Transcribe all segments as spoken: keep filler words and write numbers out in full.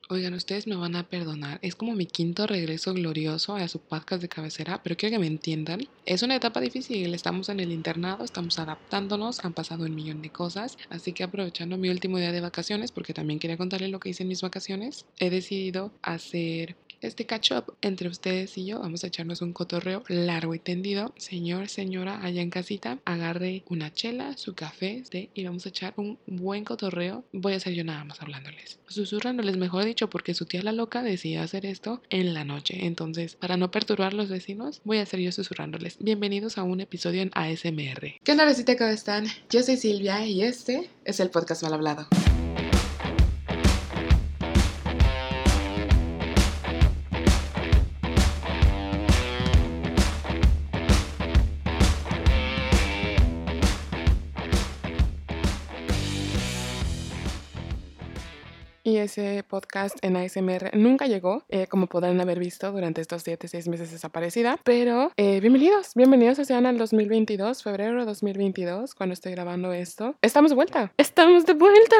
Oigan, ustedes me van a perdonar, es como mi quinto regreso glorioso a su podcast de cabecera, pero quiero que me entiendan. Es una etapa difícil, estamos en el internado, estamos adaptándonos, han pasado un millón de cosas, así que aprovechando mi último día de vacaciones, porque también quería contarles lo que hice en mis vacaciones, he decidido hacer este catch up entre ustedes y yo. Vamos a echarnos un cotorreo largo y tendido. Señor, señora, allá en casita, agarre una chela, su café, té, y vamos a echar un buen cotorreo. Voy a ser yo nada más hablándoles, susurrándoles, mejor dicho, porque su tía la loca decidió hacer esto en la noche. Entonces, para no perturbar a los vecinos, voy a ser yo susurrándoles. Bienvenidos a un episodio en A S M R. ¿Qué onda, recita? ¿Cómo están? Yo soy Silvia y este es el podcast mal hablado. Y ese podcast en A S M R nunca llegó, eh, como podrán haber visto durante estos siete, seis meses desaparecida. Pero eh, bienvenidos, bienvenidos sean al dos mil veintidós, febrero de dos mil veintidós, cuando estoy grabando esto. Estamos de vuelta, estamos de vuelta.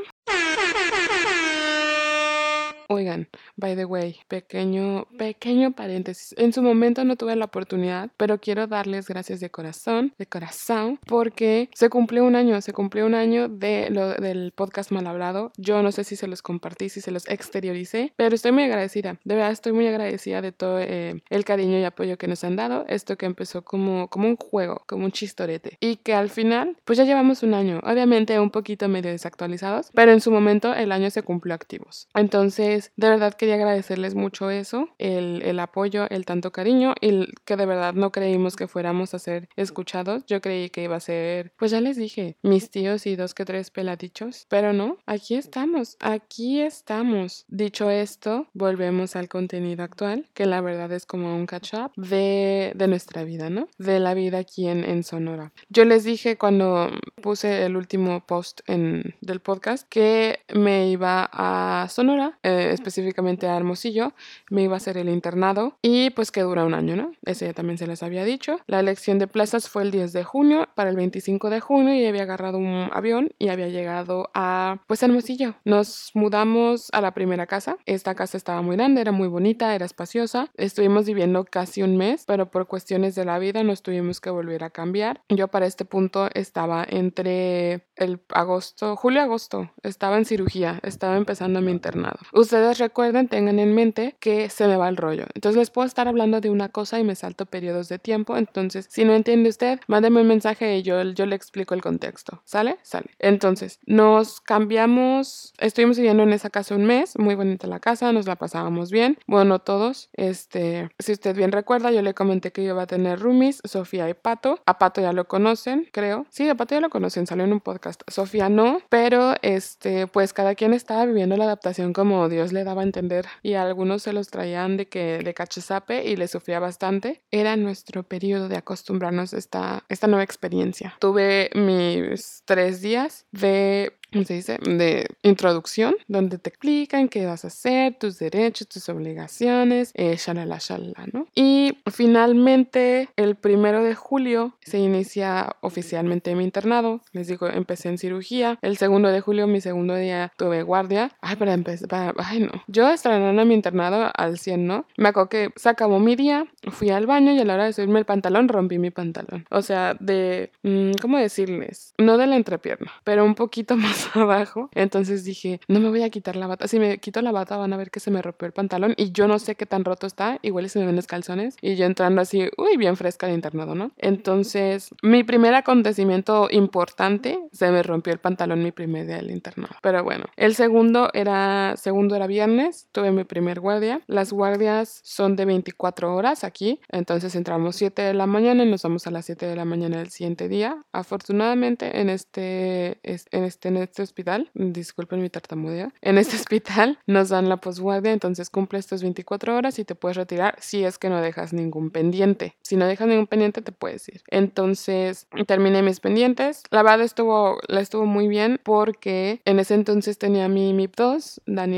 Oigan, by the way, pequeño, pequeño paréntesis. En su momento no tuve la oportunidad, pero quiero darles gracias de corazón, de corazón, porque se cumplió un año, se cumplió un año de lo, del podcast mal hablado. Yo no sé si se los compartí, si se los exterioricé, pero estoy muy agradecida. De verdad, estoy muy agradecida de todo eh, el cariño y apoyo que nos han dado. Esto que empezó como, como un juego, como un chistorete, y que al final, pues ya llevamos un año. Obviamente un poquito medio desactualizados, pero en su momento el año se cumplió activos. Entonces, de verdad quería agradecerles mucho eso, el, el apoyo, el tanto cariño, y el, que de verdad no creímos que fuéramos a ser escuchados. Yo creí que iba a ser, pues ya les dije, mis tíos y dos que tres peladichos, pero no, aquí estamos, aquí estamos. Dicho esto, volvemos al contenido actual, que la verdad es como un catch up de, de nuestra vida, ¿no? De la vida aquí en, en Sonora. Yo les dije cuando puse el último post en, del podcast que me iba a Sonora, eh, específicamente a Hermosillo, me iba a hacer el internado y pues que dura un año, ¿no? Eso ya también se les había dicho. La elección de plazas fue el diez de junio para el veinticinco de junio y había agarrado un avión y había llegado a pues Hermosillo. Nos mudamos a la primera casa. Esta casa estaba muy grande, era muy bonita, era espaciosa. Estuvimos viviendo casi un mes, pero por cuestiones de la vida nos tuvimos que volver a cambiar. Yo para este punto estaba entre el agosto, julio-agosto, estaba en cirugía, estaba empezando mi internado. Ustedes recuerden, tengan en mente que se me va el rollo. Entonces les puedo estar hablando de una cosa y me salto periodos de tiempo. Entonces, si no entiende usted, mándeme un mensaje y yo, yo le explico el contexto. ¿Sale? Sale. Entonces, nos cambiamos, estuvimos viviendo en esa casa un mes, muy bonita la casa, nos la pasábamos bien. Bueno, todos. Este, si usted bien recuerda, yo le comenté que iba a tener roomies, Sofía y Pato. A Pato ya lo conocen, creo. Sí, a Pato ya lo conocen, salió en un podcast. Sofía no, pero este, pues cada quien estaba viviendo la adaptación como Dios le daba a entender, y a algunos se los traían de que de cachezape y le sufría bastante. Era nuestro periodo de acostumbrarnos a esta, esta nueva experiencia. Tuve mis tres días de ¿cómo se dice? De introducción, donde te explican qué vas a hacer, tus derechos, tus obligaciones, eh, shalala, shalala, ¿no? Y finalmente, el primero de julio se inicia oficialmente mi internado. Les digo, empecé en cirugía. El segundo de julio, mi segundo día, tuve guardia. Ay, para empezar, para, ay, no. Yo estrenando mi internado al cien, ¿no? Me acuerdo que se acabó mi día, fui al baño y a la hora de subirme el pantalón, rompí mi pantalón. O sea, de, ¿cómo decirles? No de la entrepierna, pero un poquito más abajo. Entonces dije, no me voy a quitar la bata. Si me quito la bata van a ver que se me rompió el pantalón y yo no sé qué tan roto está. Igual se me ven los calzones y yo entrando así, uy, bien fresca de internado, ¿no? Entonces, mi primer acontecimiento importante, se me rompió el pantalón mi primer día del internado. Pero bueno, el segundo era, segundo era viernes, tuve mi primer guardia. Las guardias son de veinticuatro horas aquí. Entonces entramos siete de la mañana y nos vamos a las siete de la mañana del siguiente día. Afortunadamente en este, en este, en este hospital, disculpen mi tartamudeo, en este hospital nos dan la posguardia, entonces cumple estas veinticuatro horas y te puedes retirar si es que no dejas ningún pendiente. Si no dejas ningún pendiente te puedes ir. Entonces terminé mis pendientes. La verdad estuvo, la estuvo muy bien porque en ese entonces tenía mi M I P dos, Danielito,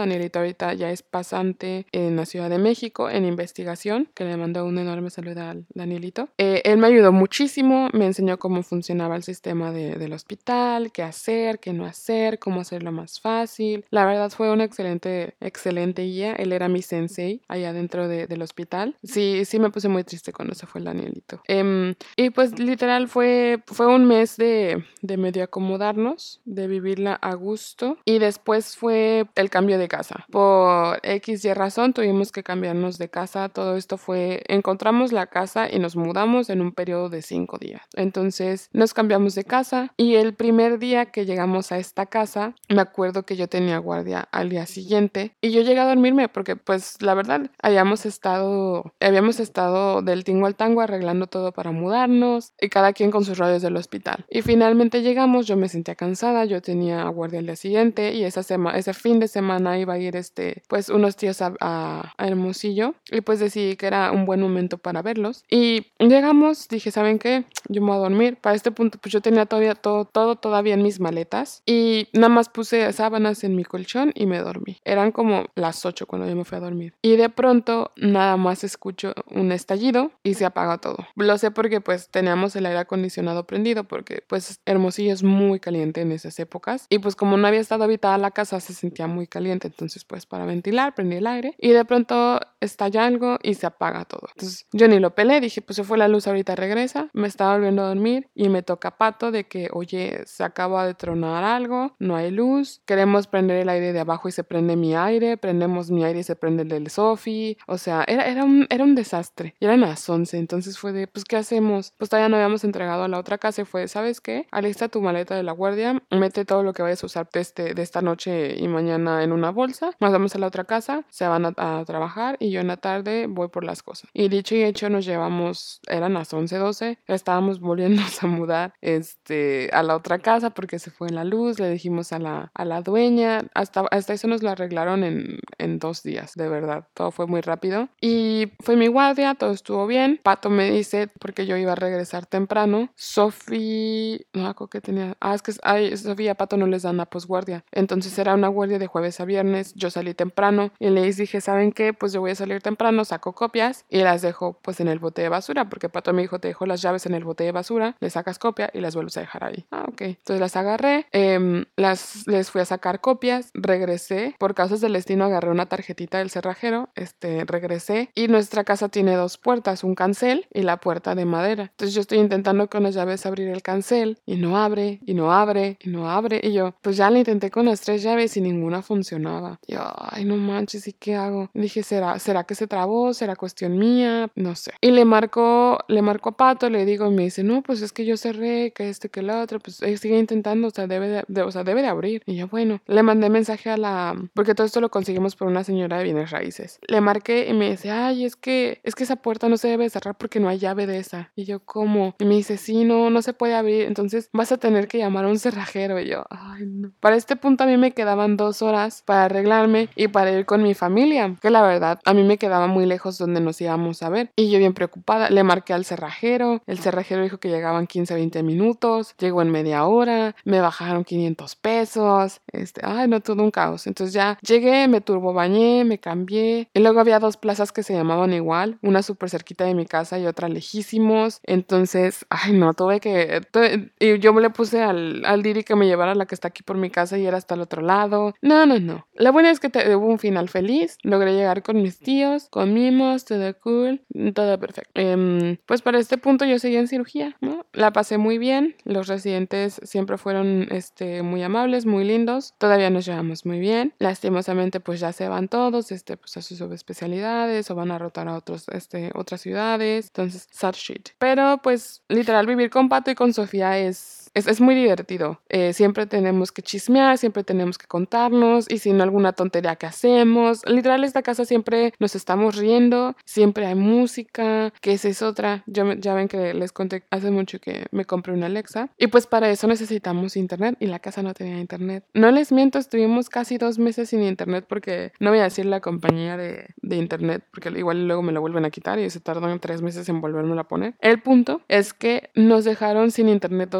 Danielito ahorita ya es pasante en la Ciudad de México en investigación, que le mando un enorme saludo al Danielito. Eh, él me ayudó muchísimo, me enseñó cómo funcionaba el sistema de, del hospital, qué hacer, qué no hacer, cómo hacerlo más fácil. La verdad fue una excelente, excelente guía. Él era mi sensei allá dentro de, del hospital. Sí, sí me puse muy triste cuando se fue el Danielito. Eh, y pues literal fue, fue un mes de, de medio acomodarnos, de vivirla a gusto. Y después fue el cambio de casa. Por X y razón tuvimos que cambiarnos de casa. Todo esto fue, encontramos la casa y nos mudamos en un periodo de cinco días. Entonces nos cambiamos de casa y el primer día que llegamos a esta casa, me acuerdo que yo tenía guardia al día siguiente y yo llegué a dormirme porque pues la verdad habíamos estado, habíamos estado del tingo al tango arreglando todo para mudarnos y cada quien con sus rollos del hospital. Y finalmente llegamos, yo me sentía cansada, yo tenía guardia al día siguiente y esa sema, ese fin de semana iba a ir este, pues unos tíos a, a, a Hermosillo y pues decidí que era un buen momento para verlos. Y llegamos, dije, ¿saben qué? Yo me voy a dormir. Para este punto pues yo tenía todavía todo, todo todavía en mis maletas y nada más puse sábanas en mi colchón y me dormí. Eran como las ocho cuando yo me fui a dormir. Y de pronto nada más escucho un estallido y se apaga todo. Lo sé porque pues teníamos el aire acondicionado prendido porque pues Hermosillo es muy caliente en esas épocas y pues como no había estado habitada la casa se sentía muy caliente, entonces pues para ventilar prendí el aire y de pronto estalla algo y se apaga todo. Entonces yo ni lo pelé, dije pues se fue la luz, ahorita regresa. Me estaba volviendo a dormir y me toca Pato de que oye, se acaba de tronar algo, no hay luz, queremos prender el aire de abajo y se prende mi aire, prendemos mi aire y se prende el del Sofi, o sea, era, era, un, era un desastre. Y eran las once, entonces fue de, pues, ¿qué hacemos? Pues todavía no habíamos entregado a la otra casa y fue, ¿sabes qué? Alista tu maleta de la guardia, mete todo lo que vayas a usar de, este, de esta noche y mañana en una bolsa, nos vamos a la otra casa, se van a, a trabajar y yo en la tarde voy por las cosas. Y dicho y hecho nos llevamos, eran las once, doce, estábamos volviéndonos a mudar este, a la otra casa porque se fue la luz, le dijimos a la, a la dueña, hasta, hasta eso nos lo arreglaron en, en dos días, de verdad, todo fue muy rápido. Y fue mi guardia, todo estuvo bien. Pato me dice, porque yo iba a regresar temprano, Sofi, no me acuerdo que tenía, ah, es que ay, Sofi y a Pato no les dan la posguardia, entonces era una guardia de jueves a viernes, yo salí temprano y les dije, ¿saben qué? Pues yo voy a salir temprano, saco copias y las dejo pues en el bote de basura, porque Pato me dijo, te dejo las llaves en el bote de basura, le sacas copia y las vuelves a dejar ahí. Ah, ok. Entonces las agarré, eh, las, les fui a sacar copias, regresé, por causas del destino agarré una tarjetita del cerrajero, este, regresé y nuestra casa tiene dos puertas, un cancel y la puerta de madera. Entonces yo estoy intentando con las llaves abrir el cancel y no abre, y no abre, y no abre. Y yo, pues ya lo intenté con las tres llaves y ninguna funcionaba. Y yo, ay, no manches, ¿y qué hago? Y dije, ¿será, ¿será que se trabó? ¿Será cuestión mía? No sé. Y le marco, le marco a Pato, le digo, y me dice, no, pues es que yo cerré, que este, que el otro, pues eh, sigue intentando, o sea, debe de, de, o sea, debe de abrir. Y yo, bueno, le mandé mensaje a la, porque todo esto lo conseguimos por una señora de bienes raíces. Le marqué y me dice, ay, es que, es que esa puerta no se debe cerrar porque no hay llave de esa. Y yo, ¿cómo? Y me dice, sí, no, no se puede abrir, entonces vas a tener que llamar a un cerrajero. Y yo, ay, no. Para este punto a mí me quedaban dos horas para arreglarme y para ir con mi familia, que la verdad a mí me quedaba muy lejos donde nos íbamos a ver. Y yo bien preocupada, le marqué al cerrajero, el cerrajero dijo que llegaban quince, veinte minutos, llegó en media hora, me bajaron quinientos pesos, este, ay, no, todo un caos. Entonces ya llegué, me turbobañé, me cambié, y luego había dos plazas que se llamaban igual, una súper cerquita de mi casa y otra lejísimos. Entonces, ay, no, tuve que, tuve, y yo le puse al, al Didi que me llevara a la que está aquí por mi casa y era hasta el otro lado. No, no, no. La buena es que te, hubo un final feliz, logré llegar con mis tíos, con mimos, todo cool, todo perfecto. Eh, pues para este punto yo seguía en cirugía, ¿no? La pasé muy bien, los residentes siempre fueron este, muy amables, muy lindos, todavía nos llevamos muy bien. Lastimosamente pues ya se van todos este, pues, a sus subespecialidades o van a rotar a otros, este, otras ciudades, entonces sad shit. Pero pues literal vivir con Pato y con Sofía es... Es, es muy divertido. Eh, siempre tenemos que chismear, siempre tenemos que contarnos y si no alguna tontería que hacemos. Literal esta casa siempre nos estamos riendo, siempre hay música, que esa es otra. Yo me, ya ven que les conté hace mucho que me compré una Alexa y pues para eso necesitamos internet y la casa no tenía internet. No les miento, estuvimos casi dos meses sin internet porque no voy a decir la compañía de, de internet porque igual luego me lo vuelven a quitar y se tardan tres meses en volvérmelo a poner. El punto es que nos dejaron sin internet dos meses.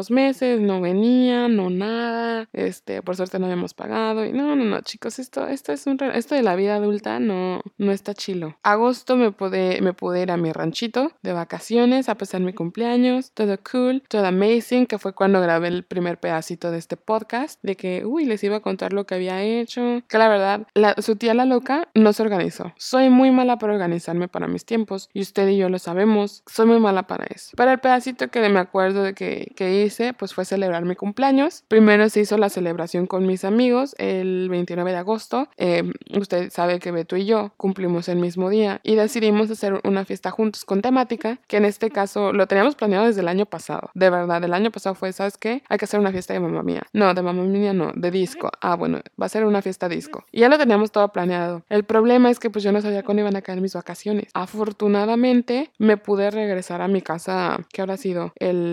meses, no venía, no nada, este, por suerte no habíamos pagado, y no, no, no, chicos, esto, esto es un, re- esto de la vida adulta no, no está chilo. Agosto me pude, me pude ir a mi ranchito de vacaciones a pasar mi cumpleaños, todo cool, todo amazing, que fue cuando grabé el primer pedacito de este podcast, de que, uy, les iba a contar lo que había hecho, que la verdad, la, su tía la loca no se organizó. Soy muy mala para organizarme para mis tiempos, y usted y yo lo sabemos, soy muy mala para eso. Pero el pedacito que me acuerdo de que, que hice, pues fue celebrar mi cumpleaños. Primero se hizo la celebración con mis amigos el veintinueve de agosto. Eh, usted sabe que Beto y yo cumplimos el mismo día y decidimos hacer una fiesta juntos con temática, que en este caso lo teníamos planeado desde el año pasado. De verdad, el año pasado fue, ¿sabes qué? Hay que hacer una fiesta de mamá mía. No, de mamá mía no, de disco. Ah, bueno, va a ser una fiesta disco. Y ya lo teníamos todo planeado. El problema es que pues yo no sabía cuándo iban a caer mis vacaciones. Afortunadamente me pude regresar a mi casa, ¿qué habrá sido?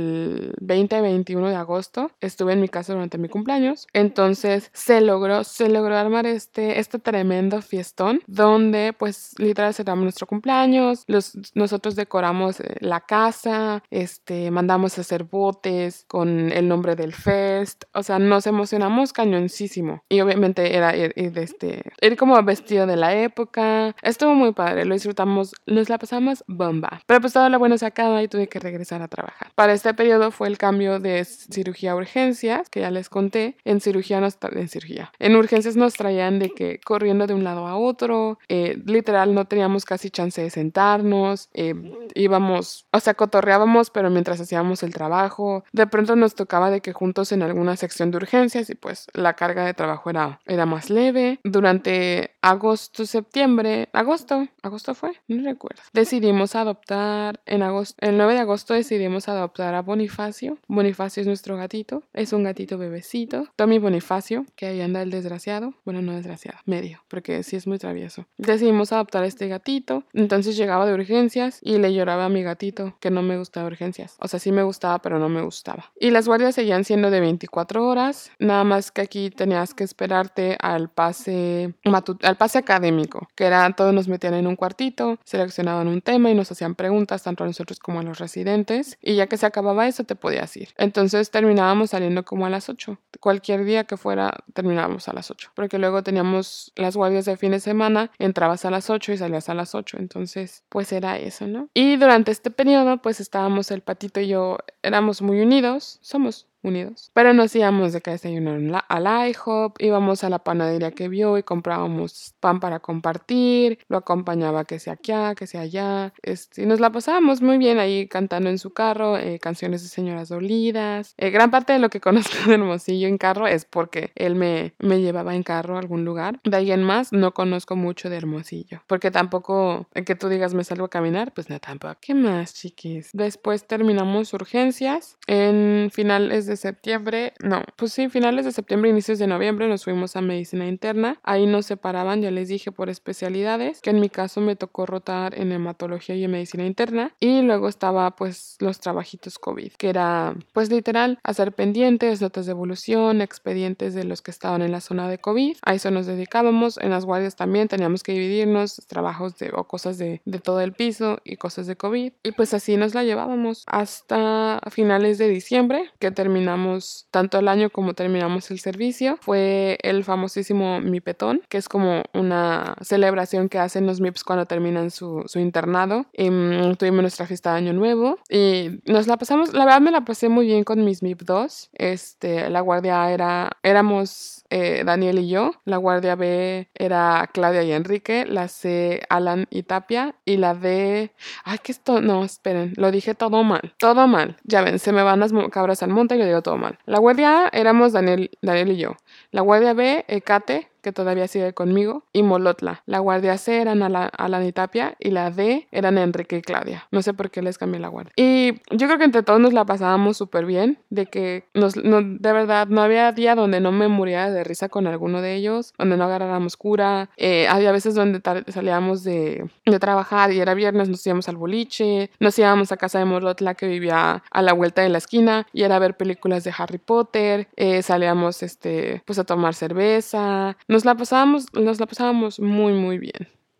El veinte veintiuno de agosto. Estuve en mi casa durante mi cumpleaños. Entonces se logró, se logró armar este, este tremendo fiestón donde pues literal celebramos nuestro cumpleaños. Los, nosotros decoramos eh, la casa, este, mandamos a hacer botes con el nombre del fest. O sea, nos emocionamos cañoncísimo. Y obviamente era ir, ir, este, ir como vestido de la época. Estuvo muy padre, lo disfrutamos, nos la pasamos bomba. Pero pues todo lo bueno se acaba y tuve que regresar a trabajar. Para este periodo fue el cambio de cirugía a urgencias, que ya les conté. En cirugía nos tra- en cirugía. En urgencias nos traían de que corriendo de un lado a otro. Eh, literal no teníamos casi chance de sentarnos. Eh, íbamos, o sea, cotorreábamos, pero mientras hacíamos el trabajo. De pronto nos tocaba de que juntos en alguna sección de urgencias y pues la carga de trabajo era, era más leve. Durante agosto, septiembre, agosto, agosto fue, no recuerdo. Decidimos adoptar en agosto, el nueve de agosto decidimos adoptar a Bonifacio. Bonifacio es nuestro gatito, es un gatito bebecito. Tommy Bonifacio, que ahí anda el desgraciado, bueno, no desgraciado, medio, porque sí es muy travieso. Decidimos adoptar a este gatito, entonces llegaba de urgencias y le lloraba a mi gatito, que no me gustaba urgencias. O sea, sí me gustaba, pero no me gustaba. Y las guardias seguían siendo de veinticuatro horas, nada más que aquí tenías que esperarte al pase matut- al pase académico, que era todos nos metían en un cuartito, seleccionaban un tema y nos hacían preguntas tanto a nosotros como a los residentes, y ya que se acababa eso te podías ir. Entonces terminábamos saliendo como a las ocho. Cualquier día que fuera terminábamos a las ocho, porque luego teníamos las guardias de fin de semana, entrabas a las ocho y salías a las ocho. Entonces pues era eso, ¿no? Y durante este periodo pues estábamos el patito y yo, éramos muy unidos, somos unidos. Pero nos íbamos de que desayunar la- al IHOP, íbamos a la panadería que vio y comprábamos pan para compartir, lo acompañaba que sea aquí, que sea allá, este, y nos la pasábamos muy bien ahí cantando en su carro, eh, canciones de señoras dolidas. Eh, gran parte de lo que conozco de Hermosillo en carro es porque él me, me llevaba en carro a algún lugar. De ahí en más no conozco mucho de Hermosillo, porque tampoco, eh, que tú digas me salgo a caminar, pues no tampoco. ¿Qué más, chiquis? Después terminamos urgencias en finales de septiembre, no, pues sí, finales de septiembre, inicios de noviembre nos fuimos a medicina interna. Ahí nos separaban, ya les dije, por especialidades, que en mi caso me tocó rotar en hematología y en medicina interna. Y luego estaba pues los trabajitos COVID, que era pues literal hacer pendientes, notas de evolución, expedientes de los que estaban en la zona de COVID. A eso nos dedicábamos. En las guardias también teníamos que dividirnos trabajos de, o cosas de, de todo el piso y cosas de COVID. Y pues así nos la llevábamos hasta finales de diciembre, que terminamos terminamos tanto el año como terminamos el servicio. Fue el famosísimo Mipetón, que es como una celebración que hacen los M I Ps cuando terminan su, su internado. Y, um, tuvimos nuestra fiesta de Año Nuevo y nos la pasamos, la verdad me la pasé muy bien con mis M I P dos. Este, la guardia A era, éramos eh, Daniel y yo, la guardia B era Claudia y Enrique, la C Alan y Tapia, y la D, ay, que esto, no, esperen, lo dije todo mal, todo mal. Ya ven, se me van las cabras al monte y lo digo todo mal. La guardia A éramos Daniel, Daniel y yo. La guardia B, Ecate, que todavía sigue conmigo, y Molotla. La guardia C eran Ala- Alan y Tapia, y la D eran Enrique y Claudia. No sé por qué les cambié la guardia. Y yo creo que entre todos nos la pasábamos súper bien, de que nos, no, de verdad no había día donde no me muriera de risa con alguno de ellos, donde no agarráramos cura. Eh, había veces donde tar- salíamos de, de trabajar y era viernes, nos íbamos al boliche, nos íbamos a casa de Molotla que vivía a la vuelta de la esquina y era ver películas de Harry Potter, eh, salíamos este, pues a tomar cerveza. Nos la pasábamos, nos la pasábamos muy, muy bien.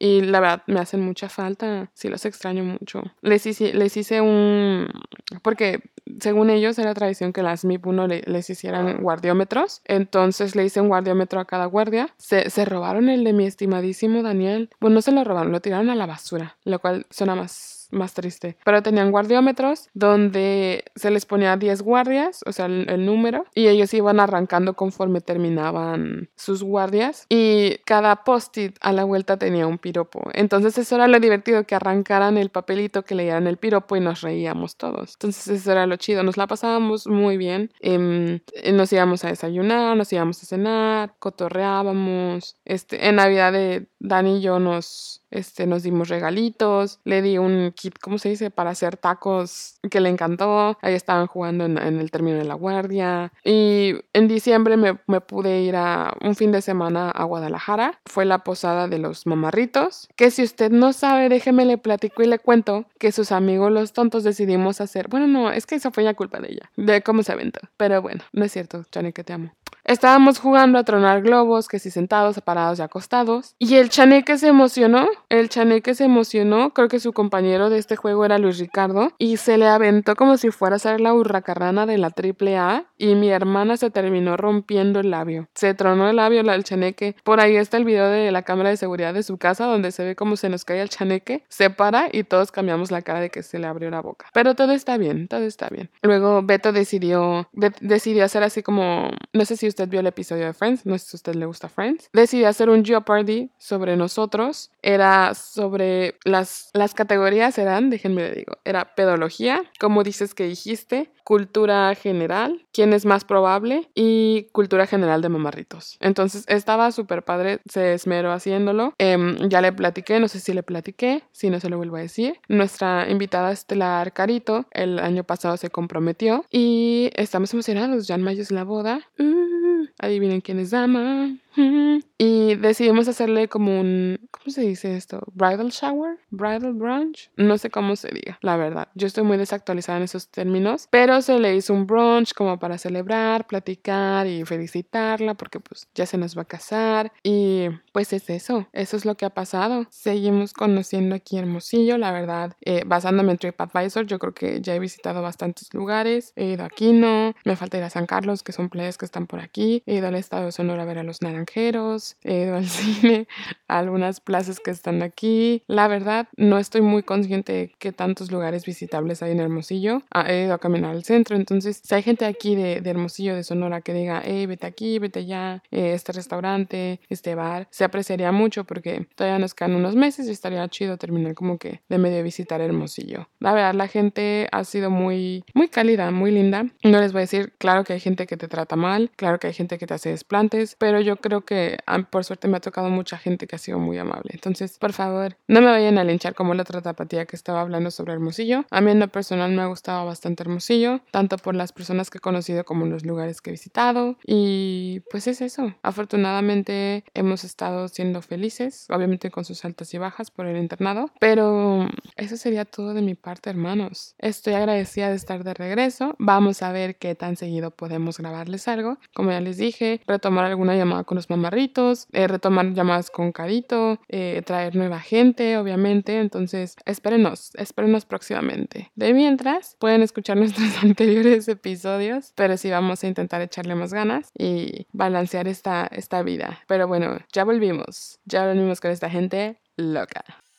y la verdad me hacen mucha falta, sí los extraño mucho. Les hice, les hice un... porque según ellos era tradición que las M I P uno le, les hicieran guardiómetros, entonces le hice un guardiómetro a cada guardia. Se, se robaron el de mi estimadísimo Daniel. Bueno, no se lo robaron, lo tiraron a la basura, lo cual suena más más triste, pero tenían guardiómetros donde se les ponía diez guardias, o sea, el, el número, y ellos iban arrancando conforme terminaban sus guardias, y cada post-it a la vuelta tenía un piropo. Entonces eso era lo divertido, que arrancaran el papelito, que leían el piropo y nos reíamos todos. Entonces eso era lo chido, nos la pasábamos muy bien. Eh, nos íbamos a desayunar, nos íbamos a cenar, cotorreábamos. Este, en Navidad de Dani y yo nos Este, nos dimos regalitos, le di un kit, ¿cómo se dice?, para hacer tacos, que le encantó. Ahí estaban jugando en, en el término de la guardia. Y en diciembre me, me pude ir a un fin de semana a Guadalajara. Fue la posada de los mamarritos, que si usted no sabe, déjeme le platico y le cuento que sus amigos los tontos decidimos hacer. Bueno, no, es que eso fue ya culpa de ella, de cómo se aventó. Pero bueno, no es cierto, Chaneque, te amo. Estábamos jugando a tronar globos, que si sentados, parados y acostados. Y el Chaneque se emocionó. El Chaneque se emocionó. Creo que su compañero de este juego era Luis Ricardo. Y se le aventó como si fuera a ser la hurracarrana de la triple A. Y mi hermana se terminó rompiendo el labio. Se tronó el labio el Chaneque. Por ahí está el video de la cámara de seguridad de su casa, donde se ve cómo se nos cae el Chaneque. Se para y todos cambiamos la cara de que se le abrió la boca. Pero todo está bien, todo está bien. Luego Beto decidió, de- decidió hacer así como... No sé si usted vio el episodio de Friends, no sé si a usted le gusta Friends. Decidí hacer un Jeopardy sobre nosotros. Era sobre las, las categorías eran, déjenme le digo, era pedología, como dices que dijiste, cultura general, quién es más probable y cultura general de mamarritos. Entonces estaba súper padre, se esmeró haciéndolo. Em, ya le platiqué, no sé si le platiqué, si no se lo vuelvo a decir. Nuestra invitada estelar Carito el año pasado se comprometió y estamos emocionados, ya en mayo es la boda. Uh, adivinen quién es dama. Y decidimos hacerle como un, ¿cómo se dice esto? Bridal shower, bridal brunch, no sé cómo se diga, la verdad. Yo estoy muy desactualizada en esos términos, pero se le hizo un brunch como para celebrar, platicar y felicitarla porque pues ya se nos va a casar y pues es eso, eso es lo que ha pasado. Seguimos conociendo aquí Hermosillo, la verdad, eh, basándome en TripAdvisor, yo creo que ya he visitado bastantes lugares, he ido a Quino, me falta ir a San Carlos, que son playas que están por aquí, he ido al estado de Sonora a ver a los naranjeros, he ido al cine, a algunas plazas que están aquí. La verdad, no estoy muy consciente de qué tantos lugares visitables hay en Hermosillo. Ah, he ido a caminar al centro, entonces si hay gente aquí de, de Hermosillo, de Sonora, que diga, hey, vete aquí, vete allá, eh, este restaurante, este bar, se apreciaría mucho porque todavía nos quedan unos meses y estaría chido terminar como que de medio visitar Hermosillo. La verdad, la gente ha sido muy, muy cálida, muy linda. No les voy a decir, claro que hay gente que te trata mal, claro que hay gente que te hace desplantes, pero yo creo que ah, por suerte me ha tocado mucha gente que ha sido muy amable. Entonces, por favor, no me vayan a linchar como la otra tapatía que estaba hablando sobre Hermosillo. A mí en lo personal me ha gustado bastante Hermosillo, tanto por las personas que he conocido como los lugares que he visitado. Y pues es eso. Afortunadamente hemos estado siendo felices, obviamente con sus altas y bajas por el internado, pero eso sería todo de mi parte, hermanos. Estoy agradecida de estar de regreso. Vamos a ver qué tan seguido podemos grabarles algo. Como ya les dije, retomar alguna llamada con los mamarritos, eh, retomar llamadas con Carito, eh, traer nueva gente, obviamente. Entonces, espérenos, espérenos próximamente. De mientras, pueden escuchar nuestros anteriores episodios, pero sí vamos a intentar echarle más ganas y balancear esta, esta vida. Pero bueno, ya volvimos. Ya volvimos con esta gente loca.